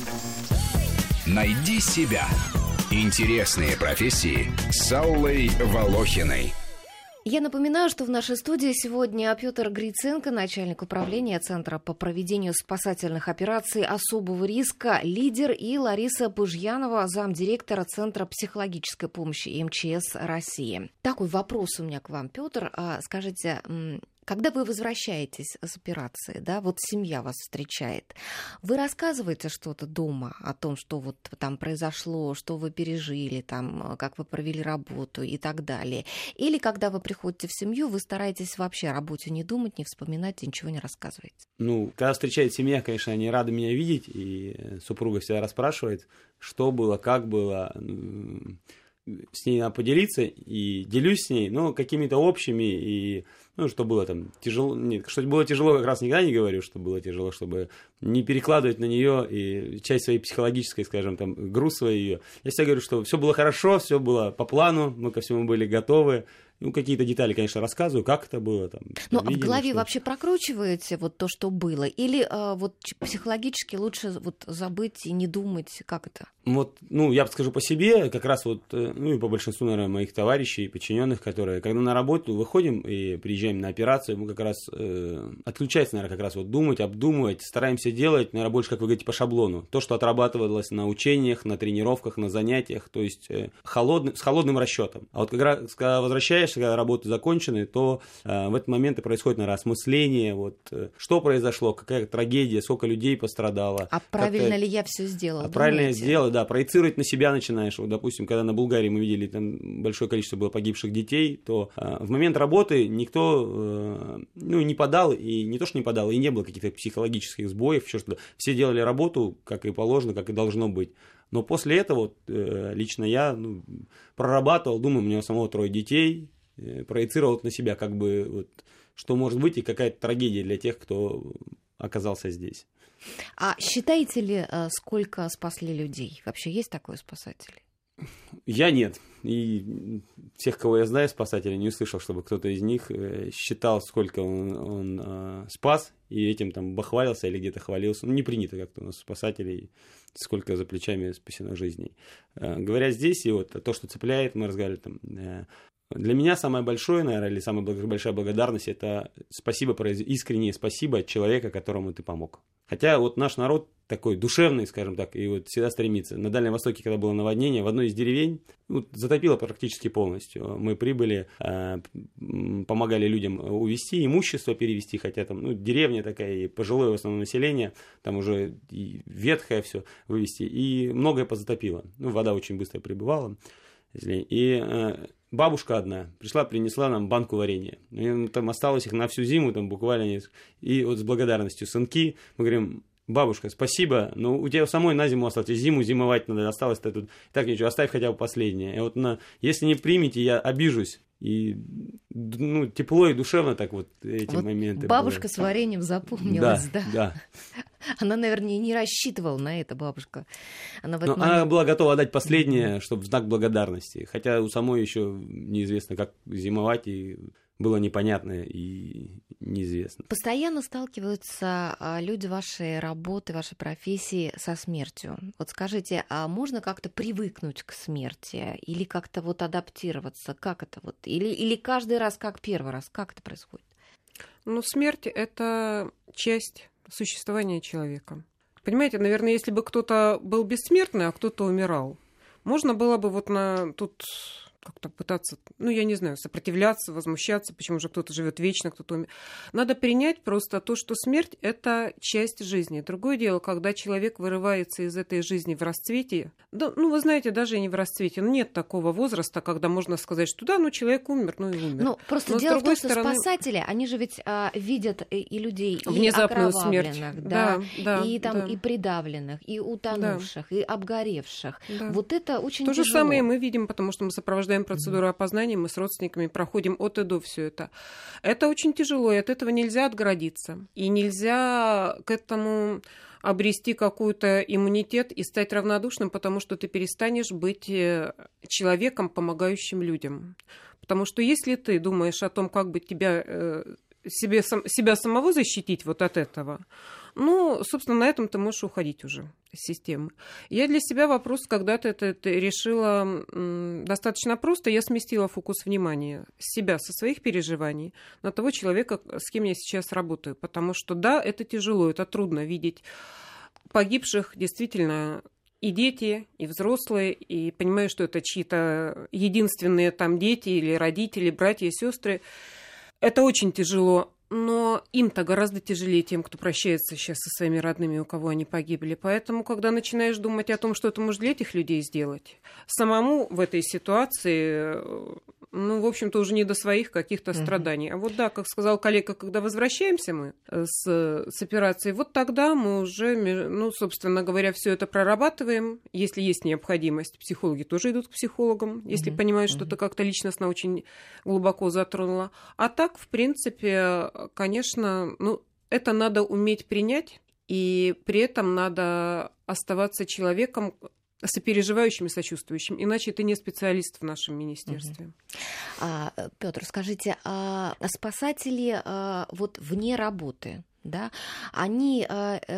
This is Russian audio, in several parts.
Найди себя. Интересные профессии с Аллой Волохиной. Я напоминаю, что в нашей студии сегодня Петр Гриценко, начальник управления Центра по проведению спасательных операций особого риска, лидер, и Лариса Пыжьянова, замдиректора Центра психологической помощи МЧС России. Такой вопрос у меня к вам, Петр. Скажите, когда вы возвращаетесь с операции, да, вот семья вас встречает, вы рассказываете что-то дома о том, что вот там произошло, что вы пережили, там, как вы провели работу и так далее? Или когда вы приходите в семью, вы стараетесь вообще о работе не думать, не вспоминать и ничего не рассказываете? Ну, когда встречает семья, конечно, они рады меня видеть, и супруга всегда расспрашивает, что было, как было. С ней надо поделиться, и делюсь с ней, но какими-то общими, и, что было там тяжело, нет, что было тяжело, как раз никогда не говорю, что было тяжело, чтобы не перекладывать на нее и часть своей психологической, скажем, там, груз свой ее. Я всегда говорю, что все было хорошо, все было по плану, мы ко всему были готовы. Какие-то детали, конечно, рассказываю, как это было. Там, но в голове вообще прокручиваете вот то, что было? Или вот психологически лучше вот забыть и не думать, как это? Я подскажу по себе, как раз и по большинству, наверное, моих товарищей и подчиненных, которые, когда на работу выходим и приезжаем на операцию, мы как раз отключается, наверное, как раз думать, обдумывать, стараемся делать, наверное, больше, как вы говорите, по шаблону. То, что отрабатывалось на учениях, на тренировках, на занятиях, то есть с холодным расчетом. А вот как раз, когда возвращаешься, когда работы закончены, то в этот момент и происходит, наверное, осмысление, что произошло, какая трагедия, сколько людей пострадало. А правильно ли я все сделала? Правильно я сделала, да, проецировать на себя начинаешь. Вот, допустим, когда на Булгарии мы видели, там большое количество было погибших детей, то в момент работы никто не подал, и не то, что не подал, и не было каких-то психологических сбоев, еще что-то. Все делали работу, как и положено, как и должно быть. Но после этого лично я прорабатывал, думаю, у меня самого 3 детей, проецировал на себя, что может быть, и какая-то трагедия для тех, кто оказался здесь. А считаете ли, сколько спасли людей? Вообще есть такое спасатели? Я нет. И всех, кого я знаю, спасателей, не услышал, чтобы кто-то из них считал, сколько он спас, и этим там бахвалился или где-то хвалился. Не принято как-то у нас спасателей, сколько за плечами спасено жизней. Говоря здесь, и то, что цепляет, мы разговаривали там... Для меня самое большое, наверное, или самая большая благодарность — это искреннее спасибо от человека, которому ты помог. Хотя наш народ такой душевный, скажем так, и всегда стремится. На Дальнем Востоке, когда было наводнение, в одной из деревень затопило практически полностью. Мы прибыли, помогали людям увезти, имущество перевезти, хотя там деревня такая, и пожилое в основном население, там уже и ветхое все вывезти, и многое позатопило. Вода очень быстро прибывала. И бабушка одна пришла, принесла нам банку варенья. И там осталось их на всю зиму, там буквально. И с благодарностью сынки мы говорим: бабушка, спасибо, но у тебя самой на зиму осталось, зиму зимовать надо, осталось-то тут. Так ничего, оставь хотя бы последнее. И если не примете, я обижусь. И тепло и душевно так эти моменты. Бабушка было. С вареньем запомнилась, да? Да. Она, наверное, не рассчитывала на это, бабушка. Она была готова отдать последнее, чтобы в знак благодарности. Хотя у самой еще неизвестно, как зимовать, и было непонятно и неизвестно. Постоянно сталкиваются люди вашей работы, вашей профессии со смертью. Скажите, а можно как-то привыкнуть к смерти или как-то адаптироваться? Как это Или каждый раз как первый раз? Как это происходит? Смерть — это часть существования человека. Понимаете, наверное, если бы кто-то был бессмертный, а кто-то умирал, можно было бы тут как-то пытаться, я не знаю, сопротивляться, возмущаться, почему же кто-то живет вечно, кто-то умер. Надо принять просто то, что смерть — это часть жизни. Другое дело, когда человек вырывается из этой жизни в расцвете. Да, вы знаете, даже и не в расцвете. Нет такого возраста, когда можно сказать, что да, человек умер, и умер. Просто дело в том, что спасатели, они же ведь видят и людей, внезапную и окровавленных, смерть. И придавленных, и утонувших, и обгоревших. Да. Это очень тяжело. То же самое мы видим, потому что мы сопровождаем процедуру опознания, мы с родственниками проходим от и до все это. Это очень тяжело, и от этого нельзя отгородиться. И нельзя к этому обрести какой-то иммунитет и стать равнодушным, потому что ты перестанешь быть человеком, помогающим людям. Потому что если ты думаешь о том, как бы себя самого защитить от этого, собственно, на этом ты можешь уходить уже. системы. Я для себя вопрос когда-то это решила достаточно просто. Я сместила фокус внимания с себя, со своих переживаний на того человека, с кем я сейчас работаю. Потому что, да, это тяжело, это трудно видеть погибших действительно и дети, и взрослые, и понимаю, что это чьи-то единственные там дети или родители, братья и сестры. Это очень тяжело. Но им-то гораздо тяжелее тем, кто прощается сейчас со своими родными, у кого они погибли. Поэтому, когда начинаешь думать о том, что ты можешь для этих людей сделать, самому в этой ситуации, в общем-то, уже не до своих каких-то страданий. А вот да, как сказал коллега, когда возвращаемся мы с операции, вот тогда мы уже, собственно говоря, все это прорабатываем. Если есть необходимость, психологи тоже идут к психологам, если понимают, что это как-то личностно очень глубоко затронуло. А так, в принципе, конечно, это надо уметь принять, и при этом надо оставаться человеком сопереживающим и сочувствующим, иначе ты не специалист в нашем министерстве. Петр, скажите, спасатели вот вне работы, да, они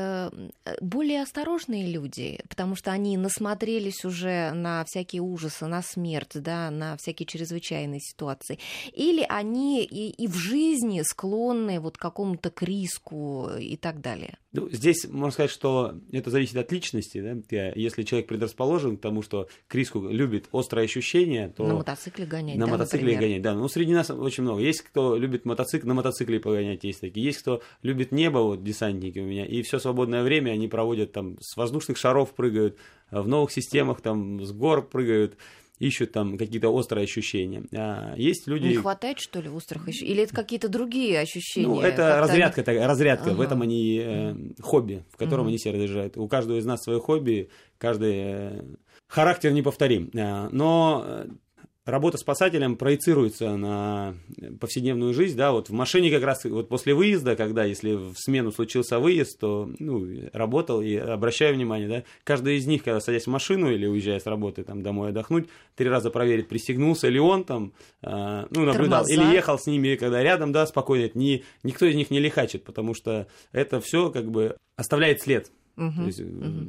более осторожные люди, потому что они насмотрелись уже на всякие ужасы, на смерть, да, на всякие чрезвычайные ситуации, или они и в жизни склонны вот к какому-то к риску и так далее? Здесь можно сказать, что это зависит от личности. Да? Если человек предрасположен к тому, что к риску любит острые ощущения, то... На мотоцикле гонять, на мотоцикле гонять, да. Среди нас очень много. Есть кто любит на мотоцикле погонять, есть такие. Есть кто любит небо, вот десантники у меня, и все свободное время они проводят там с воздушных шаров прыгают, в новых системах там с гор прыгают, ищут там какие-то острые ощущения. А есть люди... Не хватает, что ли, острых ощущений? Или это какие-то другие ощущения? Это разрядка. В этом они хобби, в котором они себя разряжают. У каждого из нас свое хобби, каждый характер неповторим. Но работа спасателем проецируется на повседневную жизнь, да, вот в машине как раз вот после выезда, когда, если в смену случился выезд, то, работал и обращаю внимание, да, каждый из них, когда садясь в машину или уезжая с работы там домой отдохнуть, 3 раза проверит, пристегнулся ли он там, наблюдал, тормоза. или ехал с ними, когда рядом, да, спокойно, никто из них не лихачит, потому что это все как бы оставляет след. То есть,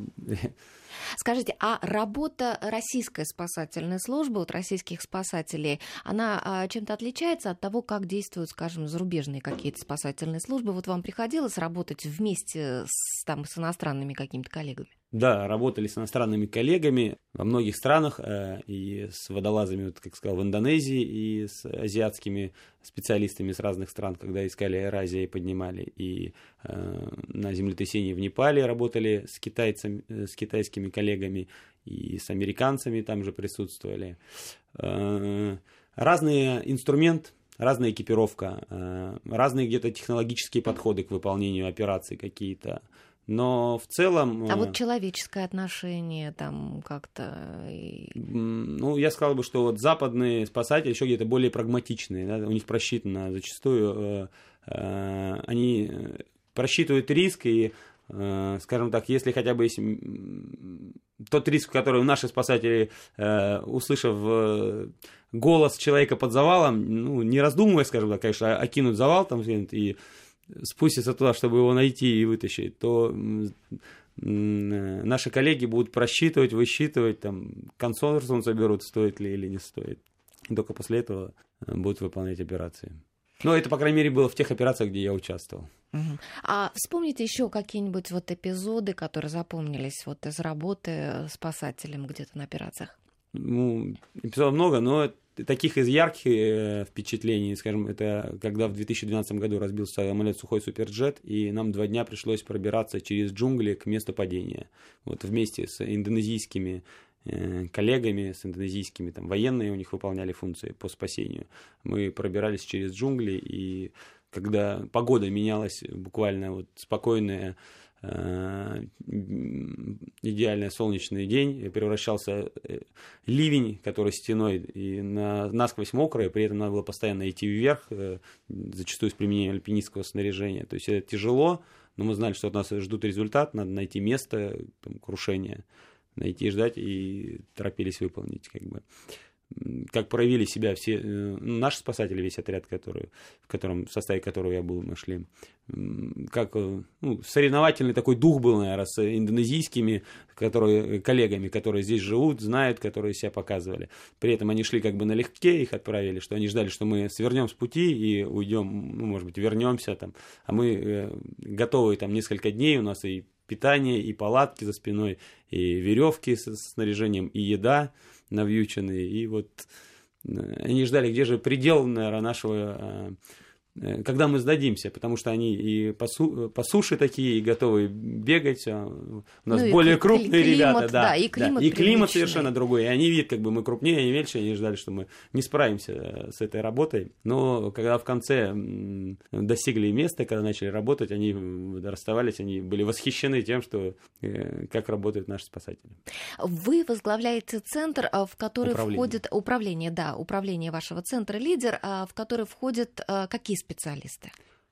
Скажите, а работа российской спасательной службы, вот российских спасателей, она чем-то отличается от того, как действуют, скажем, зарубежные какие-то спасательные службы? Вот вам приходилось работать вместе с иностранными какими-то коллегами? Да, работали с иностранными коллегами во многих странах, и с водолазами, вот, как сказал, в Индонезии, и с азиатскими специалистами с разных стран, когда искали Аэразия и поднимали, и на землетрясении в Непале работали с китайскими коллегами, и с американцами там же присутствовали. Разный инструмент, разная экипировка, разные где-то технологические подходы к выполнению операций какие-то. Но в целом... А вот человеческое отношение там как-то... я сказал бы, что вот западные спасатели еще где-то более прагматичные, да, у них просчитано зачастую, они просчитывают риск, и, скажем так, если хотя бы тот риск, который наши спасатели, услышав голос человека под завалом, не раздумывая, скажем так, конечно, окинут завал там и спустятся туда, чтобы его найти и вытащить, то наши коллеги будут просчитывать, высчитывать, там, консорциум соберут, стоит ли или не стоит. И только после этого будут выполнять операции. Но это, по крайней мере, было в тех операциях, где я участвовал. А вспомните еще какие-нибудь вот эпизоды, которые запомнились вот из работы спасателем где-то на операциях? Эпизодов много, но таких из ярких впечатлений, скажем, это когда в 2012 году разбился самолет Сухой Суперджет, и нам 2 дня пришлось пробираться через джунгли к месту падения. Вот вместе с индонезийскими коллегами, с индонезийскими, там, военные у них выполняли функции по спасению. Мы пробирались через джунгли, и когда погода менялась, буквально вот спокойная, идеальный солнечный день, превращался ливень, который стеной и насквозь мокрый, при этом надо было постоянно идти вверх, зачастую с применением альпинистского снаряжения. То есть это тяжело, но мы знали, что от нас ждут результат, надо найти место там, крушения, найти и ждать, и торопились выполнить. Как бы. как проявили себя все наши спасатели, весь отряд, в составе которого я был, мы шли, как соревновательный такой дух был, наверное, с индонезийскими коллегами, которые здесь живут, знают, которые себя показывали. При этом они шли как бы налегке, их отправили, что они ждали, что мы свернем с пути и уйдем, может быть, вернемся там, а мы готовы там несколько дней, у нас и питание, и палатки за спиной, и веревки с снаряжением, и еда навьюченные, и вот они ждали, где же предел, наверное, нашего, когда мы сдадимся, потому что они и по суше такие, и готовы бегать, у нас более крупные ребята, да, и климат совершенно другой, и они видят, как бы мы крупнее, они меньше, они ждали, что мы не справимся с этой работой, но когда в конце достигли места, когда начали работать, они расставались, они были восхищены тем, что как работают наши спасатели. Вы возглавляете центр, в который входит управление вашего центра «Лидер», в который входят какие специалисты?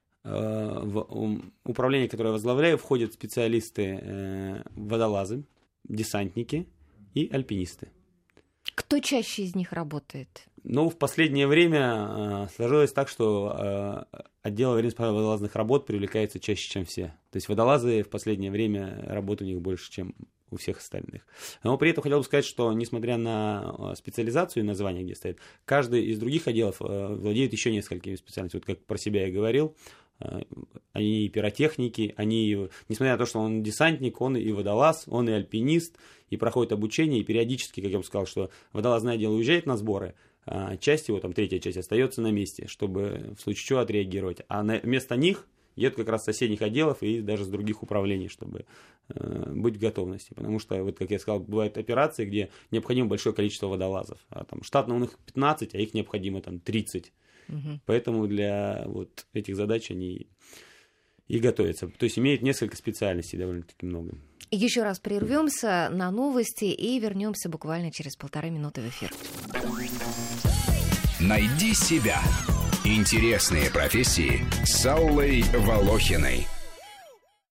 В управление, которое я возглавляю, входят специалисты водолазы, десантники и альпинисты. Кто чаще из них работает? Ну, в последнее время сложилось так, что отдел аварийно-водолазных работ привлекается чаще, чем все. То есть водолазы в последнее время работы у них больше, чем у всех остальных. Но при этом хотел бы сказать, что несмотря на специализацию и название, где стоит, каждый из других отделов владеет еще несколькими специальностями. Вот как про себя я говорил, они и пиротехники, они, несмотря на то, что он десантник, он и водолаз, он и альпинист, и проходит обучение, и периодически, как я бы сказал, что водолазное отдел уезжает на сборы, а часть его, там третья часть, остается на месте, чтобы в случае чего отреагировать. А вместо них едут как раз с соседних отделов и даже с других управлений, чтобы быть в готовности. Потому что, вот как я сказал, бывают операции, где необходимо большое количество водолазов. А там штатно у них 15, а их необходимо там 30. Поэтому для вот этих задач они и готовятся. То есть имеют несколько специальностей, довольно-таки много. Еще раз прервемся на новости и вернемся буквально через 1,5 минуты в эфир. Найди себя. Интересные профессии с Аллой Волохиной.